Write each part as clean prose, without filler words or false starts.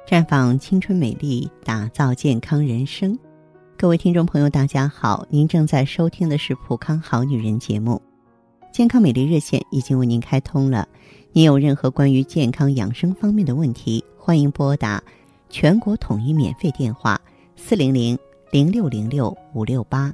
绽放青春美丽，打造健康人生。各位听众朋友大家好，您正在收听的是普康好女人节目。健康美丽热线已经为您开通了，您有任何关于健康养生方面的问题，欢迎拨打全国统一免费电话400-0606-568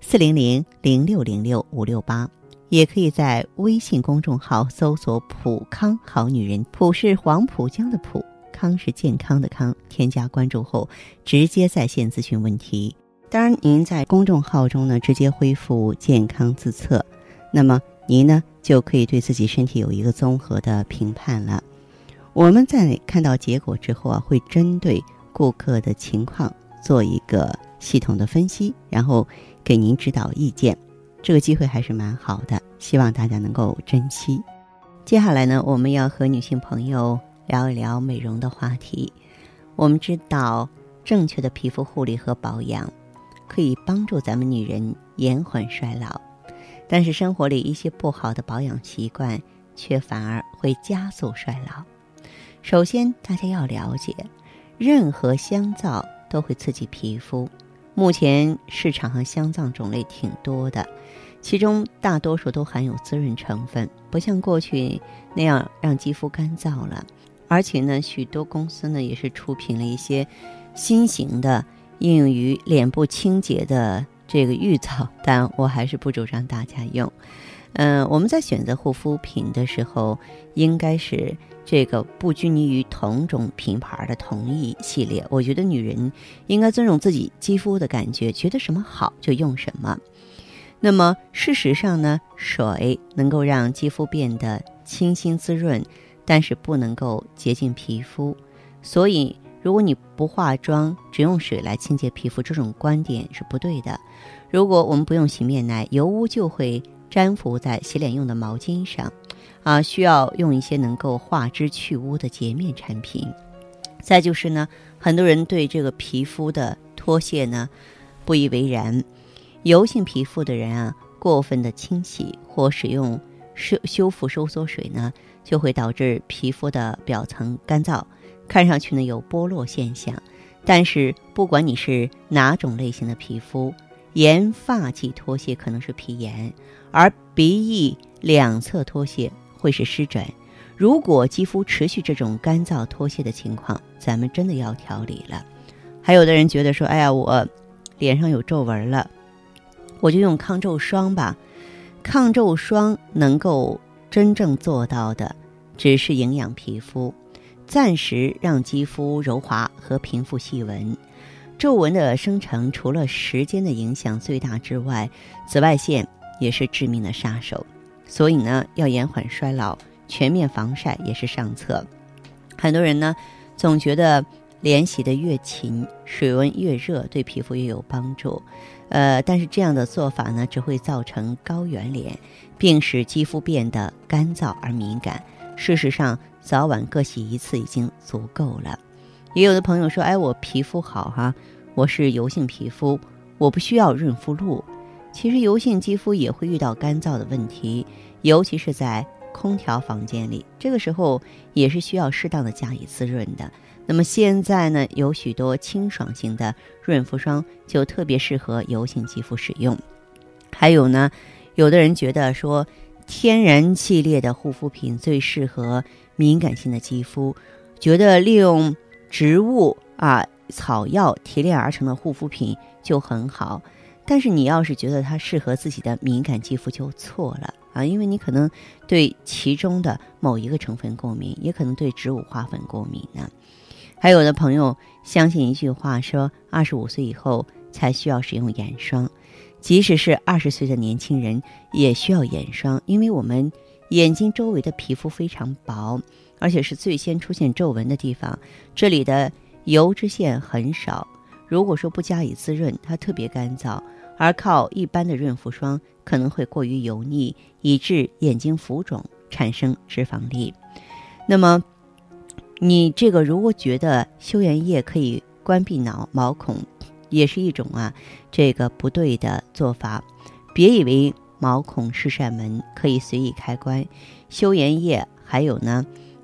400-0606-568，也可以在微信公众号搜索普康好女人，普是黄浦江的浦，康是健康的康，添加关注后直接在线咨询问题。当然您在公众号中呢直接恢复健康自测，那么您呢就可以对自己身体有一个综合的评判了。我们在看到结果之后会针对顾客的情况做一个系统的分析，然后给您指导意见。这个机会还是蛮好的，希望大家能够珍惜。接下来呢，我们要和女性朋友聊一聊美容的话题。我们知道正确的皮肤护理和保养可以帮助咱们女人延缓衰老，但是生活里一些不好的保养习惯却反而会加速衰老。首先大家要了解，任何香皂都会刺激皮肤，目前市场上香皂种类挺多的，其中大多数都含有滋润成分，不像过去那样让肌肤干燥了。而且呢，许多公司呢也是出品了一些新型的应用于脸部清洁的这个浴皂，但我还是不主张大家用。我们在选择护肤品的时候，应该是这个不拘泥于同种品牌的同一系列。我觉得女人应该尊重自己肌肤的感觉，觉得什么好就用什么。那么事实上呢，水能够让肌肤变得清新滋润，但是不能够洁净皮肤。所以如果你不化妆只用水来清洁皮肤，这种观点是不对的。如果我们不用洗面奶，油污就会粘附在洗脸用的毛巾上需要用一些能够化脂去污的洁面产品。再就是呢，很多人对这个皮肤的脱屑呢不以为然。油性皮肤的人过分的清洗或使用修复收缩水呢，就会导致皮肤的表层干燥，看上去呢有剥落现象。但是不管你是哪种类型的皮肤，沿发际脱屑可能是皮炎，而鼻翼两侧脱屑会是湿疹。如果肌肤持续这种干燥脱屑的情况，咱们真的要调理了。还有的人觉得说，哎呀，我脸上有皱纹了，我就用抗皱霜吧。抗皱霜能够真正做到的只是营养皮肤，暂时让肌肤柔滑和平复细纹。皱纹的生成除了时间的影响最大之外，紫外线也是致命的杀手。所以呢，要延缓衰老，全面防晒也是上策。很多人呢总觉得脸洗得越勤，水温越热对皮肤越有帮助，但是这样的做法呢只会造成高原脸，并使肌肤变得干燥而敏感。事实上早晚各洗一次已经足够了。也有的朋友说，哎，我皮肤好我是油性皮肤，我不需要润肤露。其实油性肌肤也会遇到干燥的问题，尤其是在空调房间里，这个时候也是需要适当的加以滋润的。那么现在呢，有许多清爽型的润肤霜就特别适合油性肌肤使用。还有呢，有的人觉得说天然系列的护肤品最适合敏感性的肌肤，觉得利用植物草药提炼而成的护肤品就很好。但是你要是觉得它适合自己的敏感肌肤就错了因为你可能对其中的某一个成分过敏，也可能对植物花粉过敏呢。还有的朋友相信一句话说，25岁以后才需要使用眼霜。即使是20岁的年轻人也需要眼霜，因为我们眼睛周围的皮肤非常薄，而且是最先出现皱纹的地方，这里的油脂腺很少。如果说不加以滋润，它特别干燥，而靠一般的润肤霜可能会过于油腻，以致眼睛浮肿，产生脂肪粒。那么你这个如果觉得修颜液可以关闭毛孔，也是一种这个不对的做法。别以为毛孔是扇门可以随意开关，修颜液还有呢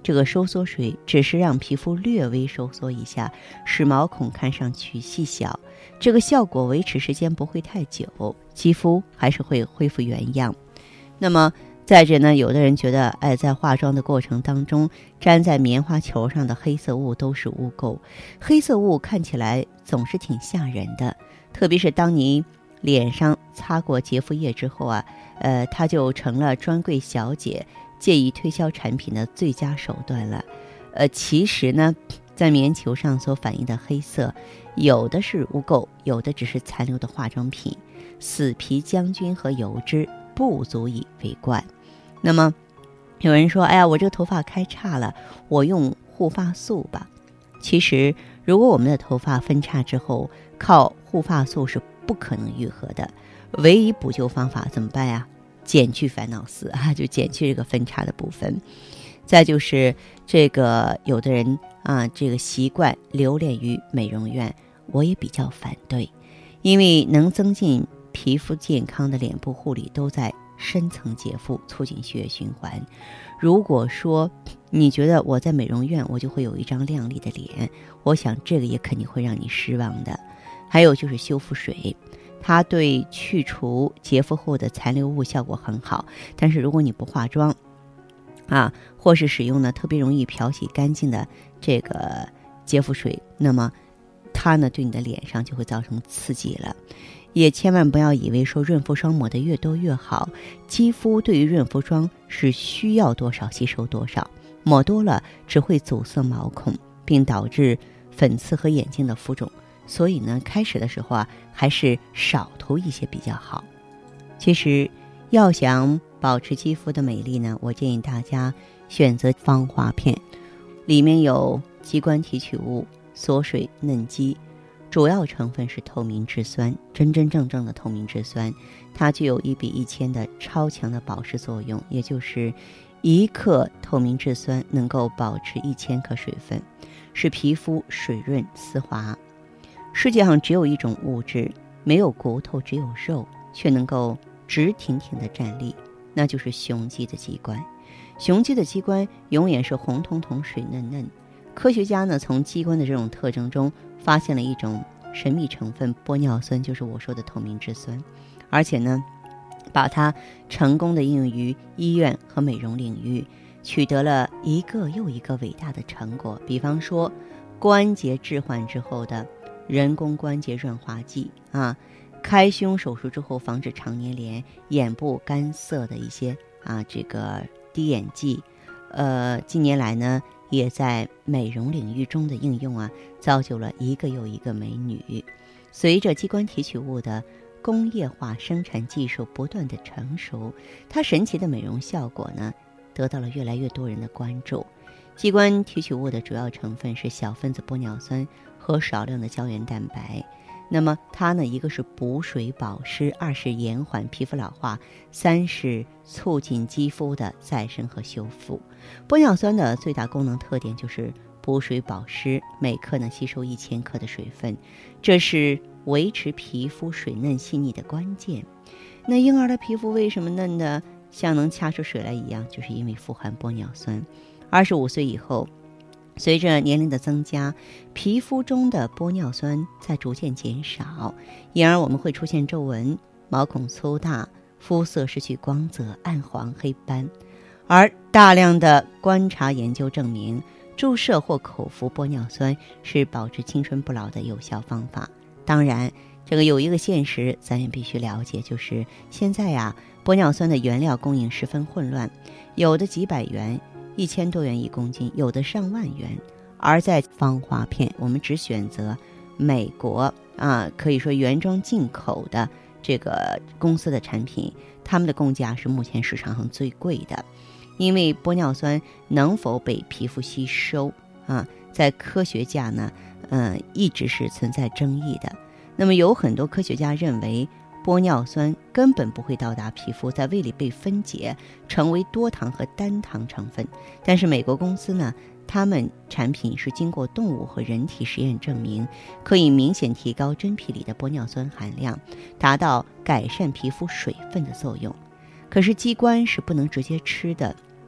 这个收缩水只是让皮肤略微收缩一下，使毛孔看上去细小，这个效果维持时间不会太久，肌肤还是会恢复原样。那么再者呢，有的人觉得在化妆的过程当中，粘在棉花球上的黑色物都是污垢，黑色物看起来总是挺吓人的，特别是当你脸上擦过洁肤液之后它就成了专柜小姐借以推销产品的最佳手段了。其实呢，在棉球上所反映的黑色，有的是污垢，有的只是残留的化妆品，死皮将军和油脂不足以为怪。那么有人说，我这个头发开叉了，我用护发素吧。其实如果我们的头发分叉之后，靠护发素是不可能愈合的，唯一补救方法怎么办呀？减去烦恼丝就减去这个分叉的部分。再就是这个有的人这个习惯留恋于美容院，我也比较反对，因为能增进皮肤健康的脸部护理都在深层洁肤，促进血液循环。如果说你觉得我在美容院我就会有一张亮丽的脸，我想这个也肯定会让你失望的。还有就是修复水，它对去除洁肤后的残留物效果很好，但是如果你不化妆或是使用呢特别容易漂洗干净的这个洁肤水，那么它呢对你的脸上就会造成刺激了。也千万不要以为说润肤霜抹得越多越好，肌肤对于润肤霜是需要多少吸收多少，抹多了只会阻塞毛孔，并导致粉刺和眼睛的浮肿。所以呢，开始的时候还是少涂一些比较好。其实要想保持肌肤的美丽呢，我建议大家选择芳华片，里面有鸡冠提取物、锁水嫩肌，主要成分是透明质酸，真真正正的透明质酸，它具有1比1000的超强的保湿作用，也就是1克透明质酸能够保持1000克水分，使皮肤水润丝滑。世界上只有一种物质，没有骨头只有肉，却能够直挺挺地站立，那就是雄鸡的鸡冠。雄鸡的鸡冠永远是红彤彤水嫩嫩。科学家呢从鸡冠的这种特征中发现了一种神秘成分玻尿酸，就是我说的透明质酸，而且呢把它成功地应用于医院和美容领域，取得了一个又一个伟大的成果。比方说关节置换之后的人工关节润滑剂开胸手术之后防止长年脸、眼部干涩的一些这个滴眼剂，近年来呢也在美容领域中的应用造就了一个又一个美女。随着鸡冠提取物的工业化生产技术不断的成熟，它神奇的美容效果呢得到了越来越多人的关注。鸡冠提取物的主要成分是小分子玻尿酸和少量的胶原蛋白。那么它呢，一个是补水保湿，2是延缓皮肤老化，3是促进肌肤的再生和修复。玻尿酸的最大功能特点就是补水保湿，每克呢吸收1000克的水分，这是维持皮肤水嫩细腻的关键。那婴儿的皮肤为什么嫩的像能掐出水来一样，就是因为富含玻尿酸。25岁以后，随着年龄的增加，皮肤中的玻尿酸在逐渐减少，因而我们会出现皱纹、毛孔粗大、肤色失去光泽、暗黄、黑斑。而大量的观察研究证明，注射或口服玻尿酸是保持青春不老的有效方法。当然，这个有一个现实咱也必须了解，就是现在玻尿酸的原料供应十分混乱，有的几百元、1000多元1公斤，有的上万元。而在芳华片，我们只选择美国可以说原装进口的这个公司的产品，他们的供价是目前市场上最贵的。因为玻尿酸能否被皮肤吸收在科学家呢一直是存在争议的。那么有很多科学家认为玻尿酸根本不会到达皮肤，在胃里被分解成为多糖和单糖成分。但是美国公司呢，他们产品是经过动物和人体实验证明，可以明显提高真皮里的玻尿酸含量，达到改善皮肤水分的作用。可是鸡冠是不能直接吃的，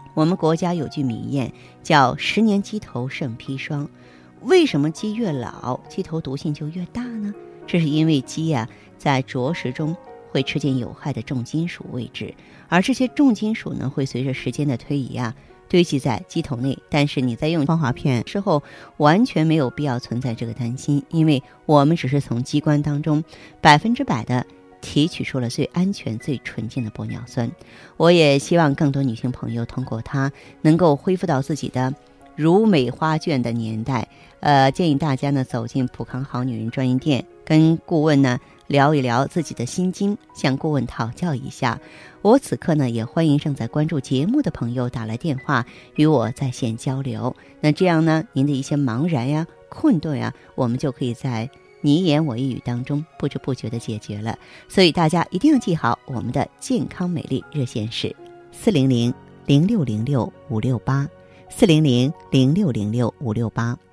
我们国家有句名谚叫10年鸡头胜砒霜。为什么鸡越老鸡头毒性就越大呢？这是因为鸡在啄食中会吃进有害的重金属物质，而这些重金属呢会随着时间的推移堆积在鸡头内。但是你在用芳华片之后完全没有必要存在这个担心，因为我们只是从鸡冠当中100%的提取出了最安全最纯净的玻尿酸。我也希望更多女性朋友通过它能够恢复到自己的如美花卷的年代。建议大家呢走进普康好女人专营店，跟顾问呢聊一聊自己的心经，向顾问讨教一下。我此刻呢也欢迎正在关注节目的朋友打来电话与我在线交流。那这样呢，您的一些茫然困顿我们就可以在你一言我一语当中不知不觉的解决了。所以大家一定要记好我们的健康美丽热线是400-0606-568，400-0606-568。